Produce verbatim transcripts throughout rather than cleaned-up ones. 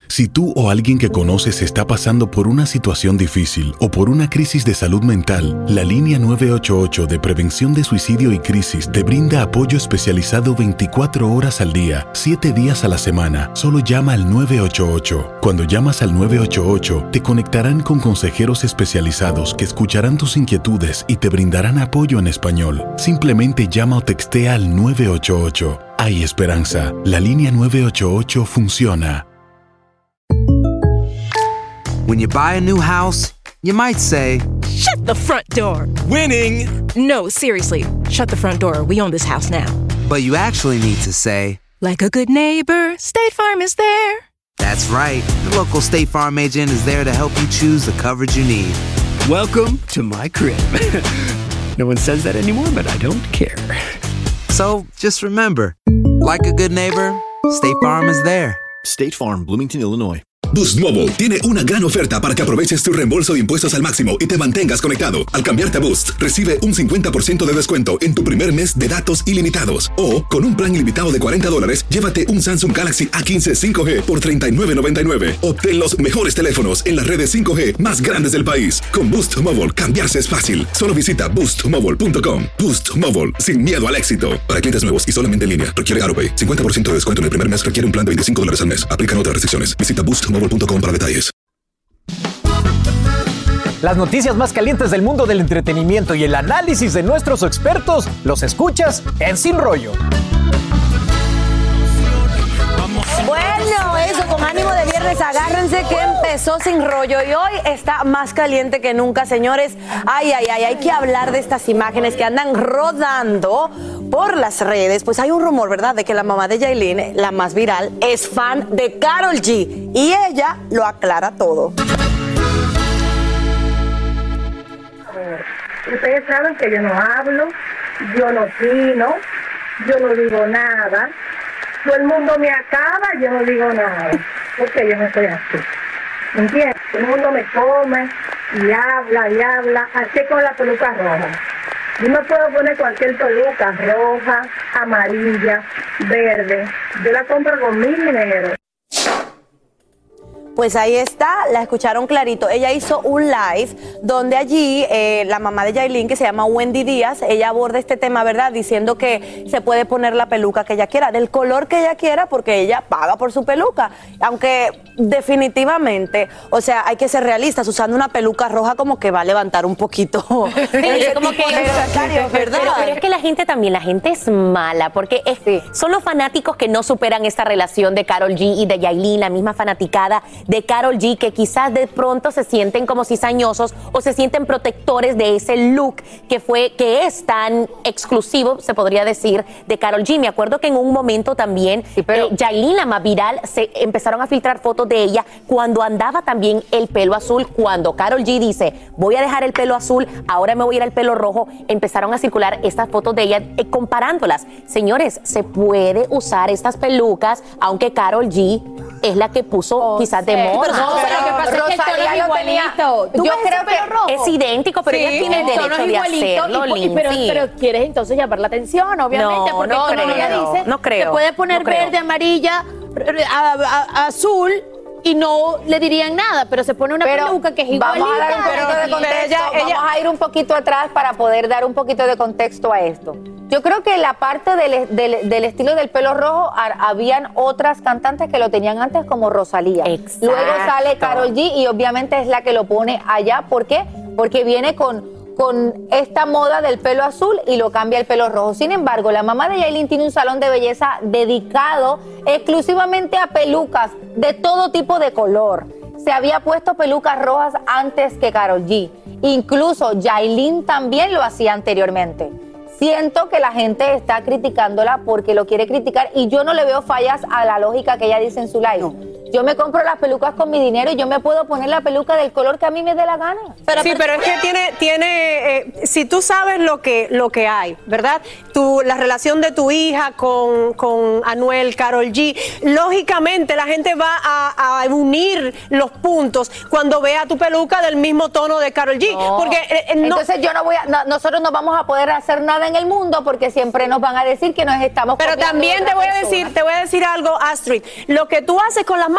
Si tú o alguien que conoces está pasando por una situación difícil o por una crisis de salud mental, la línea nueve ocho ocho de Prevención de Suicidio y Crisis te brinda apoyo especializado veinticuatro horas al día, siete días a la semana. Solo llama al nueve ocho ocho. Cuando llamas al nueve ocho ocho, te conectarán con consejeros especializados que escucharán tus inquietudes y te brindarán apoyo en español. Simplemente llama o textea al nueve ocho ocho. Hay esperanza. La línea nueve ocho ocho funciona. When you buy a new house, you might say, "Shut the front door." Winning! No, seriously. Shut the front door. We own this house now. But you actually need to say, like a good neighbor, State Farm is there. That's right. The local State Farm agent is there to help you choose the coverage you need. Welcome to my crib. No one says that anymore, but I don't care. So just remember, like a good neighbor, State Farm is there. State Farm, Bloomington, Illinois. Boost Mobile tiene una gran oferta para que aproveches tu reembolso de impuestos al máximo y te mantengas conectado. Al cambiarte a Boost, recibe un cincuenta por ciento de descuento en tu primer mes de datos ilimitados. O, con un plan ilimitado de cuarenta dólares, llévate un Samsung Galaxy A quince cinco G por treinta y nueve noventa y nueve. Obtén los mejores teléfonos en las redes cinco G más grandes del país. Con Boost Mobile, cambiarse es fácil. Solo visita boost mobile punto com. Boost Mobile, sin miedo al éxito. Para clientes nuevos y solamente en línea, requiere AutoPay. cincuenta por ciento de descuento en el primer mes, requiere un plan de veinticinco dólares al mes. Aplican otras restricciones. Visita boost mobile punto com para detalles. Las noticias más calientes del mundo del entretenimiento y el análisis de nuestros expertos los escuchas en Sin Rollo. Bueno, eso, con ánimo de viernes, agárrense que empezó Sin Rollo y hoy está más caliente que nunca, señores. Ay, ay, ay, hay que hablar de estas imágenes que andan rodando por las redes. Pues hay un rumor, ¿verdad?, de que la mamá de Yailin, la más viral, es fan de Karol G y ella lo aclara todo. Ustedes saben que yo no hablo, yo no opino, yo no digo nada. Todo el mundo me acaba, yo no digo nada, porque yo no soy así. ¿Entiendes? Todo el mundo me come y habla y habla, así con la peluca roja. Yo me puedo poner cualquier peluca, roja, amarilla, verde. Yo la compro con mi dinero. Pues ahí está, la escucharon clarito. Ella hizo un live donde allí eh, la mamá de Yailin, que se llama Wendy Díaz, ella aborda este tema, ¿verdad?, diciendo que se puede poner la peluca que ella quiera, del color que ella quiera, porque ella paga por su peluca. Aunque definitivamente, o sea, hay que ser realistas, usando una peluca roja como que va a levantar un poquito. Sí, como que, pero, ¿verdad? Pero, pero es que la gente también, la gente es mala, porque es, sí. son los fanáticos que no superan esta relación de Karol G y de Yailin, la misma fanaticada de Karol G, que quizás de pronto se sienten como cizañosos o se sienten protectores de ese look que fue, que es tan exclusivo, se podría decir, de Karol G. Me acuerdo que en un momento también sí, pero... eh, Yailin, la más viral, se empezaron a filtrar fotos de ella cuando andaba también el pelo azul. Cuando Karol G dice, voy a dejar el pelo azul, ahora me voy a ir al pelo rojo, empezaron a circular estas fotos de ella eh, comparándolas. Señores, se puede usar estas pelucas, aunque Karol G es la que puso oh, quizás de moda. Pero, no, pero lo que pasa es que el tono es igualito. Yo creo que rojo? es idéntico, pero sí, ella tiene el derecho de hacerlo, y, pero, sí. pero quieres entonces llamar la atención, obviamente, no, porque no esto creo, no ella dice no creo, que puede poner no creo. verde, amarilla, a, a, a, azul, y no le dirían nada, pero se pone una pero peluca que es igualita. Vamos a dar un poquito de contexto, ella, ella, vamos a ir un poquito atrás para poder dar un poquito de contexto a esto. Yo creo que la parte del, del, del estilo del pelo rojo, a, habían otras cantantes que lo tenían antes, como Rosalía. Exacto. Luego sale Karol G y obviamente es la que lo pone allá. ¿Por qué? Porque viene con, con esta moda del pelo azul y lo cambia el pelo rojo. Sin embargo, la mamá de Yailin tiene un salón de belleza dedicado exclusivamente a pelucas de todo tipo de color. Se había puesto pelucas rojas antes que Karol G. Incluso Yailin también lo hacía anteriormente. Siento que la gente está criticándola porque lo quiere criticar y yo no le veo fallas a la lógica que ella dice en su live. No. Yo me compro las pelucas con mi dinero y yo me puedo poner la peluca del color que a mí me dé la gana. Pero, sí, pero, pero es que tiene, tiene eh, si tú sabes lo que, lo que hay, ¿verdad? Tu, la relación de tu hija con, con Anuel, Karol G, lógicamente la gente va a, a unir los puntos cuando vea tu peluca del mismo tono de Karol G. No. Porque, eh, no, Entonces yo no voy a, no, nosotros no vamos a poder hacer nada en el mundo porque siempre nos van a decir que nos estamos Pero también te voy a decir, te voy a decir algo, Astrid. Lo que tú haces con las manos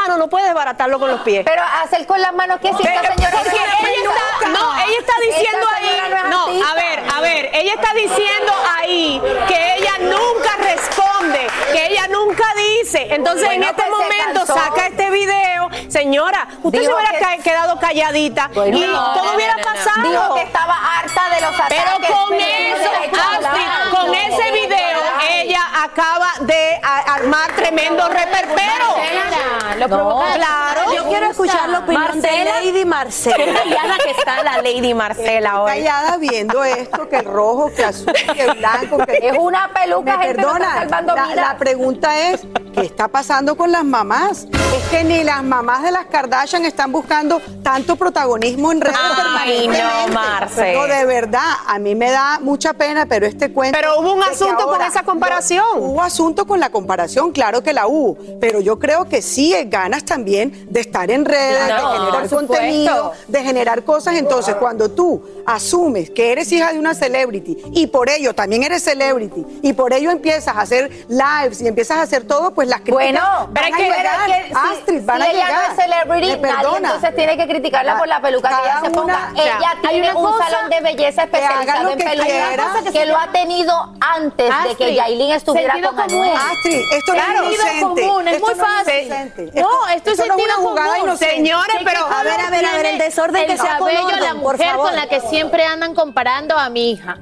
manos no puedes desbaratarlo con los pies. Pero hacer con las manos, ¿qué es esta Pero, señora? porque ella está, no, ella está diciendo Esta ahí, señora no es no, artista. a ver, a ver, ella está diciendo ahí que ella nunca responde, que ella nunca dice. Entonces Bueno, en este pues se momento cansó. saca este video, señora, usted Dijo se hubiera que- ca- quedado calladita Bueno, y no, todo no, hubiera no, no, no. pasado. Dijo que estaba harta de los ataques. Pero con pero eso, no le ha hecho Astrid, nada. con ese video, ella acaba de a- armar tremendo reperpero. Lo provoca. Claro, yo quiero escuchar la opinión de Marcela. Lady Marcela. Qué callada que está la Lady Marcela hoy. Callada viendo esto, que el rojo, que azul, que blanco, que... Es una peluca, Me gente, no está perdona, salvando la, vidas. la pregunta es, ¿qué está pasando con las mamás? Es que ni las mamás de las Kardashian están buscando tanto protagonismo en redes Ay, permanentemente. no, Marce. No, de verdad, a mí me da mucha pena, pero este cuento... Pero hubo un de que asunto con ahora- esa comparación. No, hubo asunto con la comparación, claro que la hubo, pero yo creo que sí hay ganas también de estar en redes, Claro, de generar por supuesto. contenido, de generar cosas. Entonces, cuando tú asumes que eres hija de una celebrity y por ello también eres celebrity y por ello empiezas a hacer lives y empiezas a hacer todo, pues las críticas Bueno, van pero a es que, llegar. pero es que si- Astrid, van si a ella llegar. no es celebrity, Me nadie perdona. entonces tiene que criticarla por la peluca que ella Cada se ponga. una- Ella o sea, tiene hay una un cosa salón de belleza que haga especializado lo en que pelucas quiera. que, que lo ha tenido antes de que Astrid, Yailin estuviera sentido con común. Anuel. Astrid, esto Claro. no es Sentido inocente. común, es Esto muy no fácil. inocente. No, Esto- esto es esto no es sentido una jugada común. inocente. Señores, pero a ver, a ver, a ver, el desorden que sea con cabello, orden, la por mujer favor. con la que siempre andan comparando a mi hija.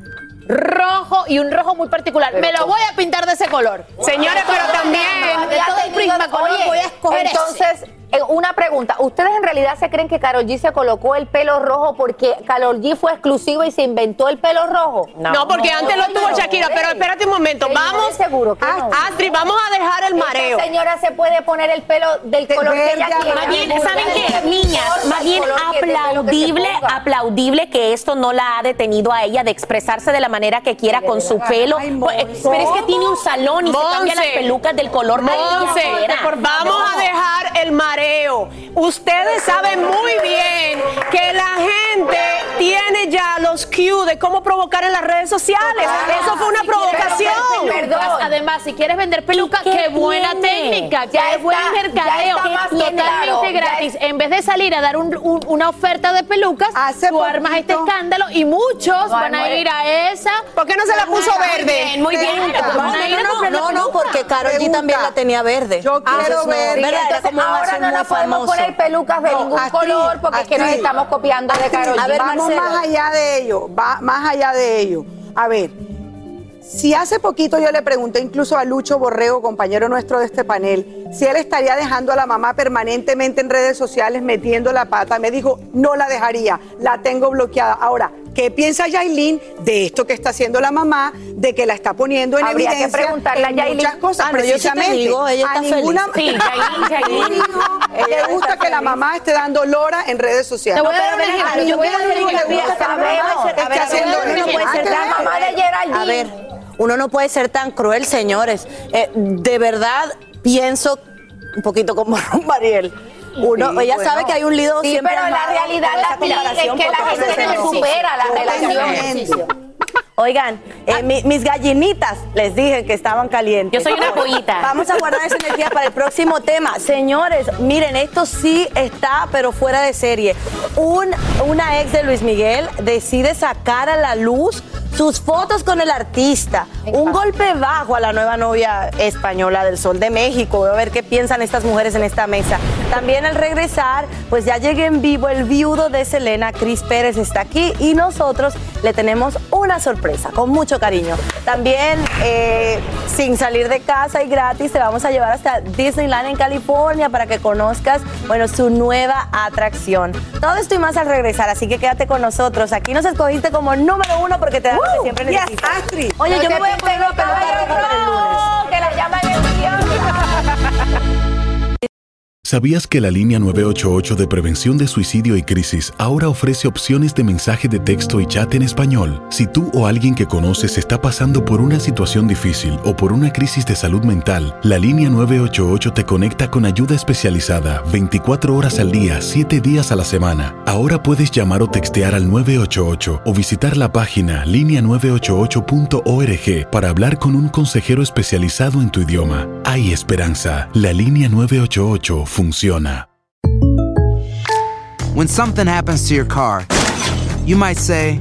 Rojo y un rojo muy particular. Me lo voy a pintar de ese color. Señores, pero también De todo el prisma color Oye, voy a escoger ese. entonces, eh, una pregunta. ¿Ustedes en realidad se creen que Karol G se colocó el pelo rojo porque Karol G fue exclusiva y se inventó el pelo rojo? No, porque antes lo tuvo Shakira, pero espérate un momento, Pero yo vamos, estoy seguro que no. Astrid, vamos a dejar el mareo. Esta señora se puede poner el pelo del De color que verde ella a quiera. Más bien, No ¿saben le qué, niñas? importa Más el bien color que- de pelo que se aplaudible, ponga. aplaudible que esto no la ha detenido a ella de expresarse de la manera que quiera con su pelo. Ay, Pues, Monse. pero es que tiene un salón y se cambia las Monse. pelucas del color que ella Monse, quiera. vamos a dejar el mareo. Ustedes saben muy bien que la gente tiene ya los cues de cómo provocar en las redes sociales. Eso fue una Si quieres provocación. vender pelucas, Perdón. Además, si quieres vender pelucas, ¿Y qué qué buena tiene? técnica, Ya qué buen está- mercadeo, ya está más que totalmente claro, ya gratis. En vez de salir a dar un- un- una oferta de pelucas, Hace tú armas este poquito- escándalo y muchos van a muere. ir a esa. ¿Por qué no se la puso verde? Muy bien, Pregunta. pues, No, van a ir a no, no, comprar la no, no, peluca. porque Karol G Pregunta. también la tenía verde. Yo quiero Entonces, no, ver- Sí, ¿verdad? Era entonces, como un ahora azul no muy nos podemos famoso. poner pelucas de No, ningún Astrid, color porque es que nos Astrid, estamos copiando de Astrid, Karol G. a ver, vamos Marcelo. más allá de ello, va más allá de ello. A ver, si hace poquito yo le pregunté incluso a Lucho Borrego, compañero nuestro de este panel, si él estaría dejando a la mamá permanentemente en redes sociales metiendo la pata, me dijo, no la dejaría, la tengo bloqueada. Ahora, ¿qué piensa Yailin de esto que está haciendo la mamá, de que la está poniendo en Habría que evidencia preguntarle a en Yailin. muchas cosas? Ah, no, yo sí te precisamente. digo, ella a está ninguna feliz. Sí, Yailin, Yailin. le gusta que la mamá esté dando lora en redes sociales. Te voy a dar un pero ejemplo, a yo voy a ninguna dar un le ejemplo. gusta que la mamá Sabemos. esté A ver, haciendo a ver, eso. uno puede Ah, ser que tan la mamá de Geraldine. A ver, uno no puede ser tan cruel, señores. Eh, de verdad, pienso un poquito como Mariel. Uno, Sí, ella bueno. sabe que hay un lío Sí, siempre pero la armado realidad por esa la tiene, es comparación, que la porque gente parece se ejercicio. supera la relación. Totalmente. Oigan, eh, mi- mis gallinitas, les dije que estaban calientes. Yo soy una pollita. Vamos a guardar esa energía para el próximo tema. Señores, miren, esto sí está, pero fuera de serie. Un, una ex de Luis Miguel decide sacar a la luz sus fotos con el artista. Un golpe bajo a la nueva novia española del Sol de México. Voy a ver qué piensan estas mujeres en esta mesa. También al regresar, pues ya llegué en vivo, el viudo de Selena, Cris Pérez, está aquí y nosotros le tenemos una sorpresa, con mucho cariño. También, eh, sin salir de casa y gratis, te vamos a llevar hasta Disneyland en California para que conozcas, bueno, su nueva atracción. Todo esto y más al regresar, así que quédate con nosotros. Aquí nos escogiste como número uno porque te da lo que siempre yes, necesitas. Astrid. Oye, No yo te me voy a pinten poner una los peluca caballos roja para el lunes. rojos, que la llaman el diablo. ¿Sabías que la línea nueve ocho ocho de prevención de suicidio y crisis ahora ofrece opciones de mensaje de texto y chat en español? Si tú o alguien que conoces está pasando por una situación difícil o por una crisis de salud mental, la línea nueve ocho ocho te conecta con ayuda especializada veinticuatro horas al día, siete días a la semana. Ahora puedes llamar o textear al nueve ocho ocho o visitar la página línea nueve ocho ocho punto org para hablar con un consejero especializado en tu idioma. Hay esperanza. La línea nueve ocho ocho funciona. funciona. When something happens to your car, you might say,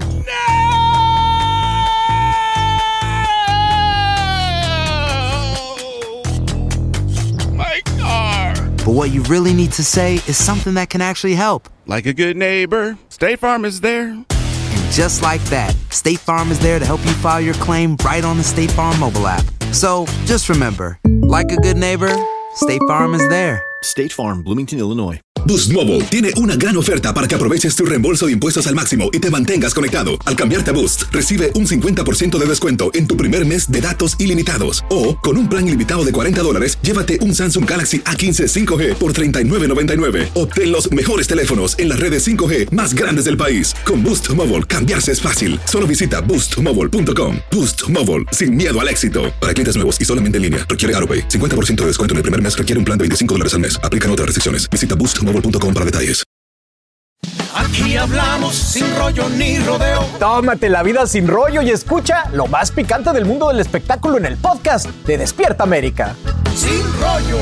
but what you really need to say is something that can actually help. Like a good neighbor, State Farm is there. And just like that, State Farm is there to help you file your claim right on the State Farm mobile app. So just remember, like a good neighbor, State Farm is there. State Farm, Bloomington, Illinois. Boost Mobile tiene una gran oferta para que aproveches tu reembolso de impuestos al máximo y te mantengas conectado. Al cambiarte a Boost, recibe un cincuenta por ciento de descuento en tu primer mes de datos ilimitados. O, con un plan ilimitado de cuarenta dólares, llévate un Samsung Galaxy A quince cinco G por treinta y nueve noventa y nueve. Obtén los mejores teléfonos en las redes cinco G más grandes del país. Con Boost Mobile, cambiarse es fácil. Solo visita boost mobile punto com. Boost Mobile, sin miedo al éxito. Para clientes nuevos y solamente en línea, requiere AutoPay. cincuenta por ciento de descuento en el primer mes requiere un plan de veinticinco dólares al mes. Aplican otras restricciones. Visita boost mobile punto com para detalles. Aquí hablamos sin rollo ni rodeo. Tómate la vida sin rollo y escucha lo más picante del mundo del espectáculo en el podcast de Despierta América. Sin rollo.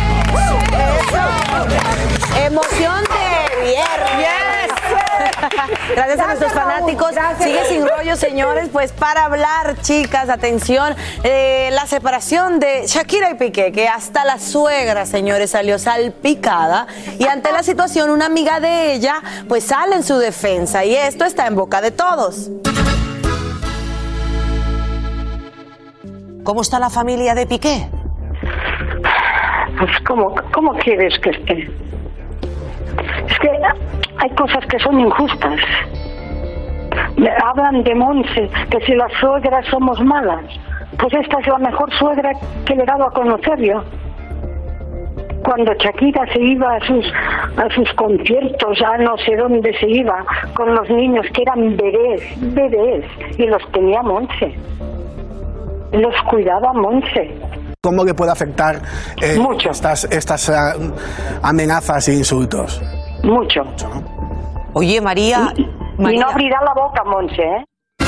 Emoción de viernes. Gracias a nuestros fanáticos. Sigue Sin Rollo, señores. Pues para hablar, chicas, atención, eh, la separación de Shakira y Piqué, que hasta la suegra, señores, salió salpicada. Y ante la situación, una amiga de ella, pues sale en su defensa. Y esto está en boca de todos. ¿Cómo está la familia de Piqué? Pues, ¿cómo, cómo quieres que esté? Es que hay cosas que son injustas. Me hablan de Monse, que si las suegras somos malas. Pues esta es la mejor suegra que le he dado a conocer yo. Cuando Shakira se iba a sus, a sus conciertos, a no sé dónde se iba, con los niños que eran bebés, bebés, y los tenía Monse. Los cuidaba Monse. ¿Cómo le puede afectar eh, estas, estas uh, amenazas e insultos? Mucho. Mucho, ¿no? Oye, María, y, María... Y no abrirá la boca, Monse, ¿eh?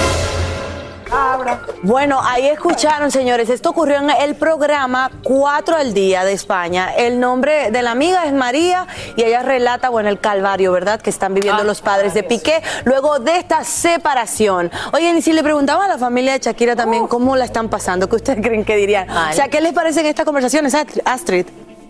Bueno, ahí escucharon, señores, esto ocurrió en el programa cuatro al día de España. El nombre de la amiga es María y ella relata, bueno, el calvario, ¿verdad?, que están viviendo ah, los padres de Piqué luego de esta separación. Oigan, y si le preguntaba a la familia de Shakira también uh. cómo la están pasando, ¿qué ustedes creen que dirían? Vale. O sea, ¿qué les parecen estas conversaciones, Astrid?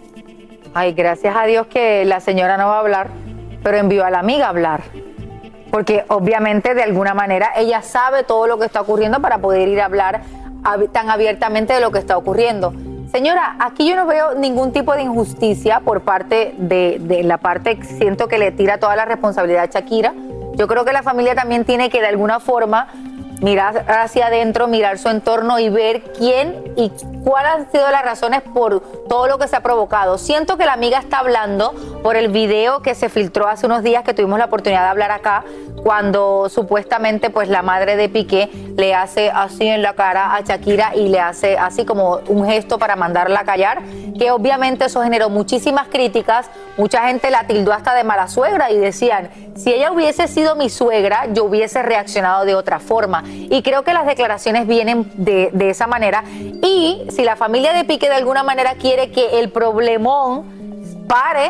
Ay, gracias a Dios que la señora no va a hablar, pero envió a la amiga a hablar. Porque obviamente de alguna manera ella sabe todo lo que está ocurriendo para poder ir a hablar tan abiertamente de lo que está ocurriendo. Señora, aquí yo no veo ningún tipo de injusticia por parte de, de la parte, siento que le tira toda la responsabilidad a Shakira. Yo creo que la familia también tiene que de alguna forma mirar hacia adentro, mirar su entorno y ver quién y cuáles han sido las razones por todo lo que se ha provocado. Siento que la amiga está hablando por el video que se filtró hace unos días, que tuvimos la oportunidad de hablar acá, cuando supuestamente pues la madre de Piqué le hace así en la cara a Shakira y le hace así como un gesto para mandarla a callar, que obviamente eso generó muchísimas críticas. Mucha gente la tildó hasta de mala suegra y decían, si ella hubiese sido mi suegra, yo hubiese reaccionado de otra forma. Y creo que las declaraciones vienen de, de esa manera. Y si la familia de Piqué de alguna manera quiere que el problemón pare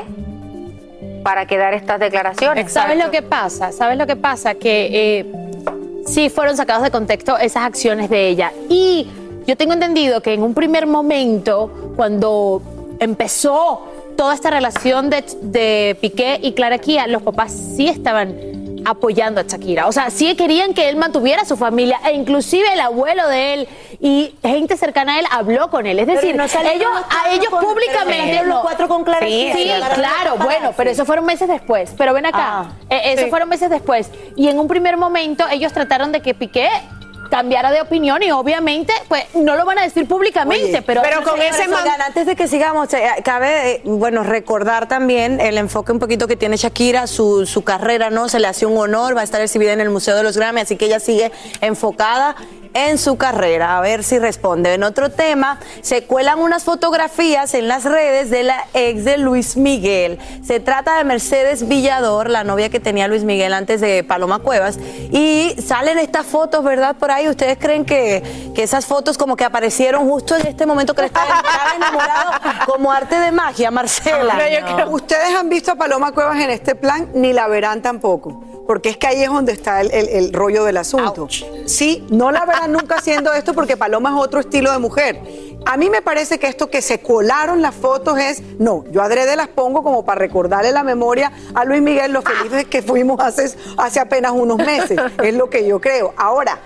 para que dar estas declaraciones. ¿Sabes lo que pasa? ¿Sabes lo que pasa? Que eh, sí fueron sacados de contexto esas acciones de ella. Y yo tengo entendido que en un primer momento, cuando empezó toda esta relación de, de Piqué y Clara Kia, los papás sí estaban apoyando a Shakira. O sea, sí querían que él mantuviera su familia, e inclusive el abuelo de él y gente cercana a él habló con él. Es decir, no ellos, a ellos con, públicamente... Los cuatro con Clara Sí, sí, sí claro, bueno, pero eso fueron meses después. Pero ven acá, ah, eh, eso sí. fueron meses después. Y en un primer momento ellos trataron de que Piqué cambiara de opinión y obviamente pues no lo van a decir públicamente. Oye, pero pero con ese man... Antes de que sigamos, cabe, bueno, recordar también el enfoque un poquito que tiene Shakira, su, su carrera, ¿no? Se le hace un honor, va a estar exhibida en el Museo de los Grammy, así que ella sigue enfocada en su carrera. A ver si responde. En otro tema, se cuelan unas fotografías en las redes de la ex de Luis Miguel. Se trata de Mercedes Villador, la novia que tenía Luis Miguel antes de Paloma Cuevas. Y salen estas fotos, ¿verdad? Por ahí. ¿Ustedes creen que, que esas fotos como que aparecieron justo en este momento que le estaba, estaba enamorado como arte de magia, Marcela? No, yo creo, ustedes han visto a Paloma Cuevas en este plan, ni la verán tampoco. Porque es que ahí es donde está el, el, el rollo del asunto. Ouch. Sí, no la verán nunca haciendo esto porque Paloma es otro estilo de mujer. A mí me parece que esto que se colaron las fotos es, no, yo adrede las pongo como para recordarle la memoria a Luis Miguel lo felices que fuimos hace, hace apenas unos meses. Es lo que yo creo. Ahora,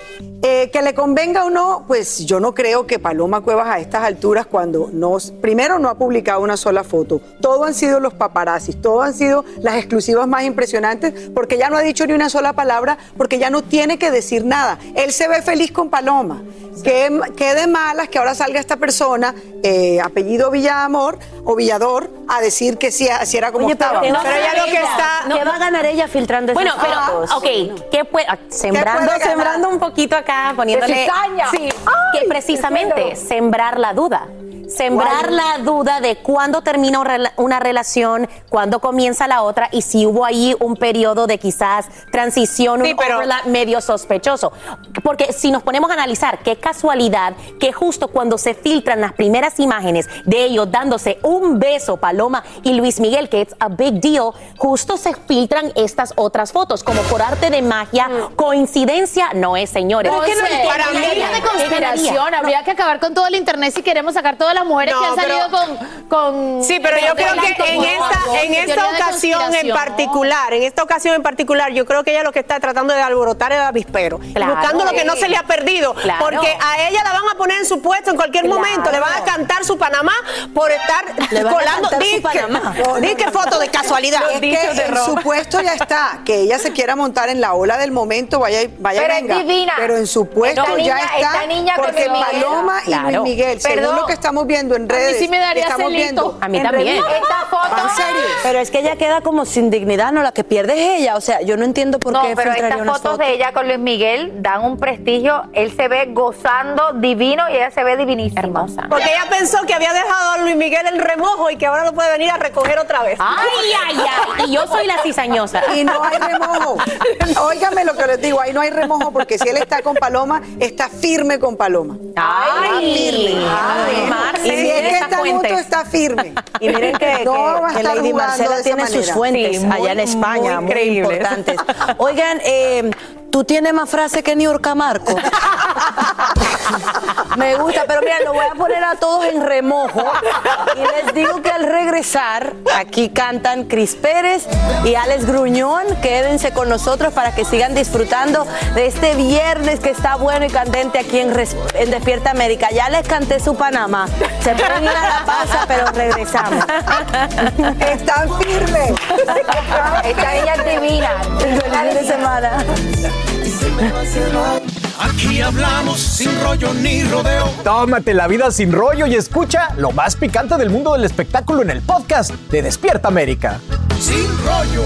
Eh, que le convenga o no, pues yo no creo que Paloma Cuevas a estas alturas, cuando no, primero no ha publicado una sola foto, todo han sido los paparazzis, todo han sido las exclusivas más impresionantes, porque ya no ha dicho ni una sola palabra, porque ya no tiene que decir nada. Él se ve feliz con Paloma. Qué, qué de malas que ahora salga esta persona, eh, apellido Villamor o Villador, a decir que sí, así era como Oye, estaba. Pero, no, pero ella lo que está, ¿qué va a ganar ella filtrando bueno, esas fotos? Bueno, pero, ok, ¿qué puede, sembrando, ¿Qué puede sembrando un poquito acá, poniéndole, De cizaña. sí, Ay, que precisamente sembrar la duda. Sembrar la duda de cuándo termina una relación, cuándo comienza la otra y si hubo ahí un periodo de quizás transición, sí, un pero... overlap medio sospechoso. Porque si nos ponemos a analizar, qué casualidad que justo cuando se filtran las primeras imágenes de ellos dándose un beso, Paloma y Luis Miguel, que es a big deal, justo se filtran estas otras fotos, como por arte de magia, mm. coincidencia, no es, señores. Pero es que no es para mí de conspiración, habría no. que acabar con todo el internet si queremos sacar todas las mujeres no, que han salido pero, con, con... Sí, pero yo creo que en esta, en esta ocasión en particular, en esta ocasión en particular, yo creo que ella lo que está tratando de alborotar es el avispero. Claro, buscando lo que no se le ha perdido. Claro. Porque a ella la van a poner en su puesto en cualquier claro. momento. Le van a cantar su Panamá por estar le van colando. Di que, que foto de casualidad. Es que en su puesto ya está. Que ella se quiera montar en la ola del momento, vaya, vaya pero venga. Es divina. Pero en su puesto esta ya niña, está. Esta niña porque Paloma y claro. Luis Miguel, Perdón. según lo que estamos viendo en redes, a mí sí me daría estamos celito. viendo. A mí también. Esta foto. ¿En serio? Pero es que ella queda como sin dignidad, ¿no? La que pierde es ella. O sea, yo no entiendo por no, qué pero estas fotos fotos de ella con Luis Miguel dan un prestigio. Él se ve gozando divino y ella se ve divinísima. Hermosa. Porque ella pensó que había dejado a Luis Miguel en remojo y que ahora lo puede venir a recoger otra vez. Ay, ay, ay. Y yo soy la cizañosa. Y no hay remojo. Óigame lo que les digo, ahí no hay remojo porque si él está con Paloma, está firme con Paloma. Ay, firme. Ay, Marce, y si es que está mucho, está firme. Y miren que, no que, va a que estar Lady jugando Marcela de tiene esa sus manera. fuentes Sí, muy, allá en España, muy, muy importantes. Oigan, eh, tú tienes más frases que Niurka Marco. Me gusta, pero mira, lo voy a poner a todos en remojo. Y les digo que al regresar, aquí cantan Cris Pérez y Alex Gruñón. Quédense con nosotros para que sigan disfrutando de este viernes que está bueno y candente aquí en, Res en Despierta América. Ya les canté su Panamá. Se pueden ir a la pausa, pero regresamos. Están firmes. Esta ella es divina. Feliz fin de semana. Aquí hablamos sin rollo ni rodeo. Tómate la vida sin rollo y escucha lo más picante del mundo del espectáculo en el podcast de Despierta América. Sin rollo.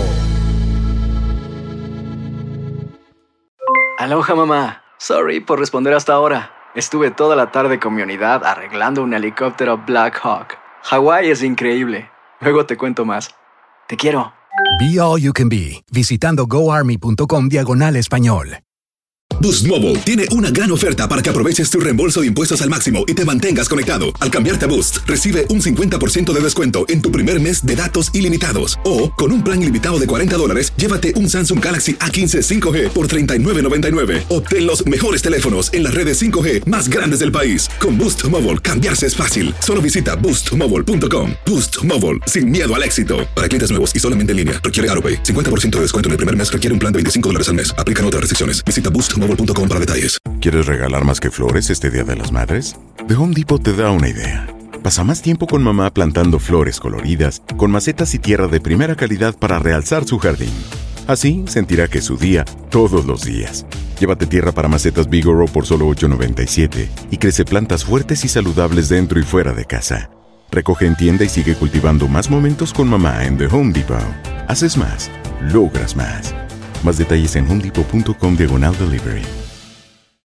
Aloha, mamá. Sorry por responder hasta ahora. Estuve toda la tarde con mi unidad arreglando un helicóptero Black Hawk. Hawái es increíble. Luego te cuento más. Te quiero. Be All You Can Be, visitando goarmy.com diagonal español. Boost Mobile tiene una gran oferta para que aproveches tu reembolso de impuestos al máximo y te mantengas conectado. Al cambiarte a Boost, recibe un cincuenta por ciento de descuento en tu primer mes de datos ilimitados. O, con un plan ilimitado de cuarenta dólares, llévate un Samsung Galaxy A quince cinco G por treinta y nueve noventa y nueve. Obtén los mejores teléfonos en las redes cinco G más grandes del país. Con Boost Mobile, cambiarse es fácil. Solo visita boost mobile punto com. Boost Mobile, sin miedo al éxito. Para clientes nuevos y solamente en línea, requiere AutoPay. cincuenta por ciento de descuento en el primer mes requiere un plan de veinticinco dólares al mes. Aplican otras restricciones. Visita boost mobile punto com para detalles. ¿Quieres regalar más que flores este Día de las Madres? The Home Depot te da una idea. Pasa más tiempo con mamá plantando flores coloridas, con macetas y tierra de primera calidad para realzar su jardín. Así sentirá que es su día todos los días. Llévate tierra para macetas Vigoro por solo ocho noventa y siete y crece plantas fuertes y saludables dentro y fuera de casa. Recoge en tienda y sigue cultivando más momentos con mamá en The Home Depot. Haces más, logras más. Más detalles en homedepot punto com diagonal delivery.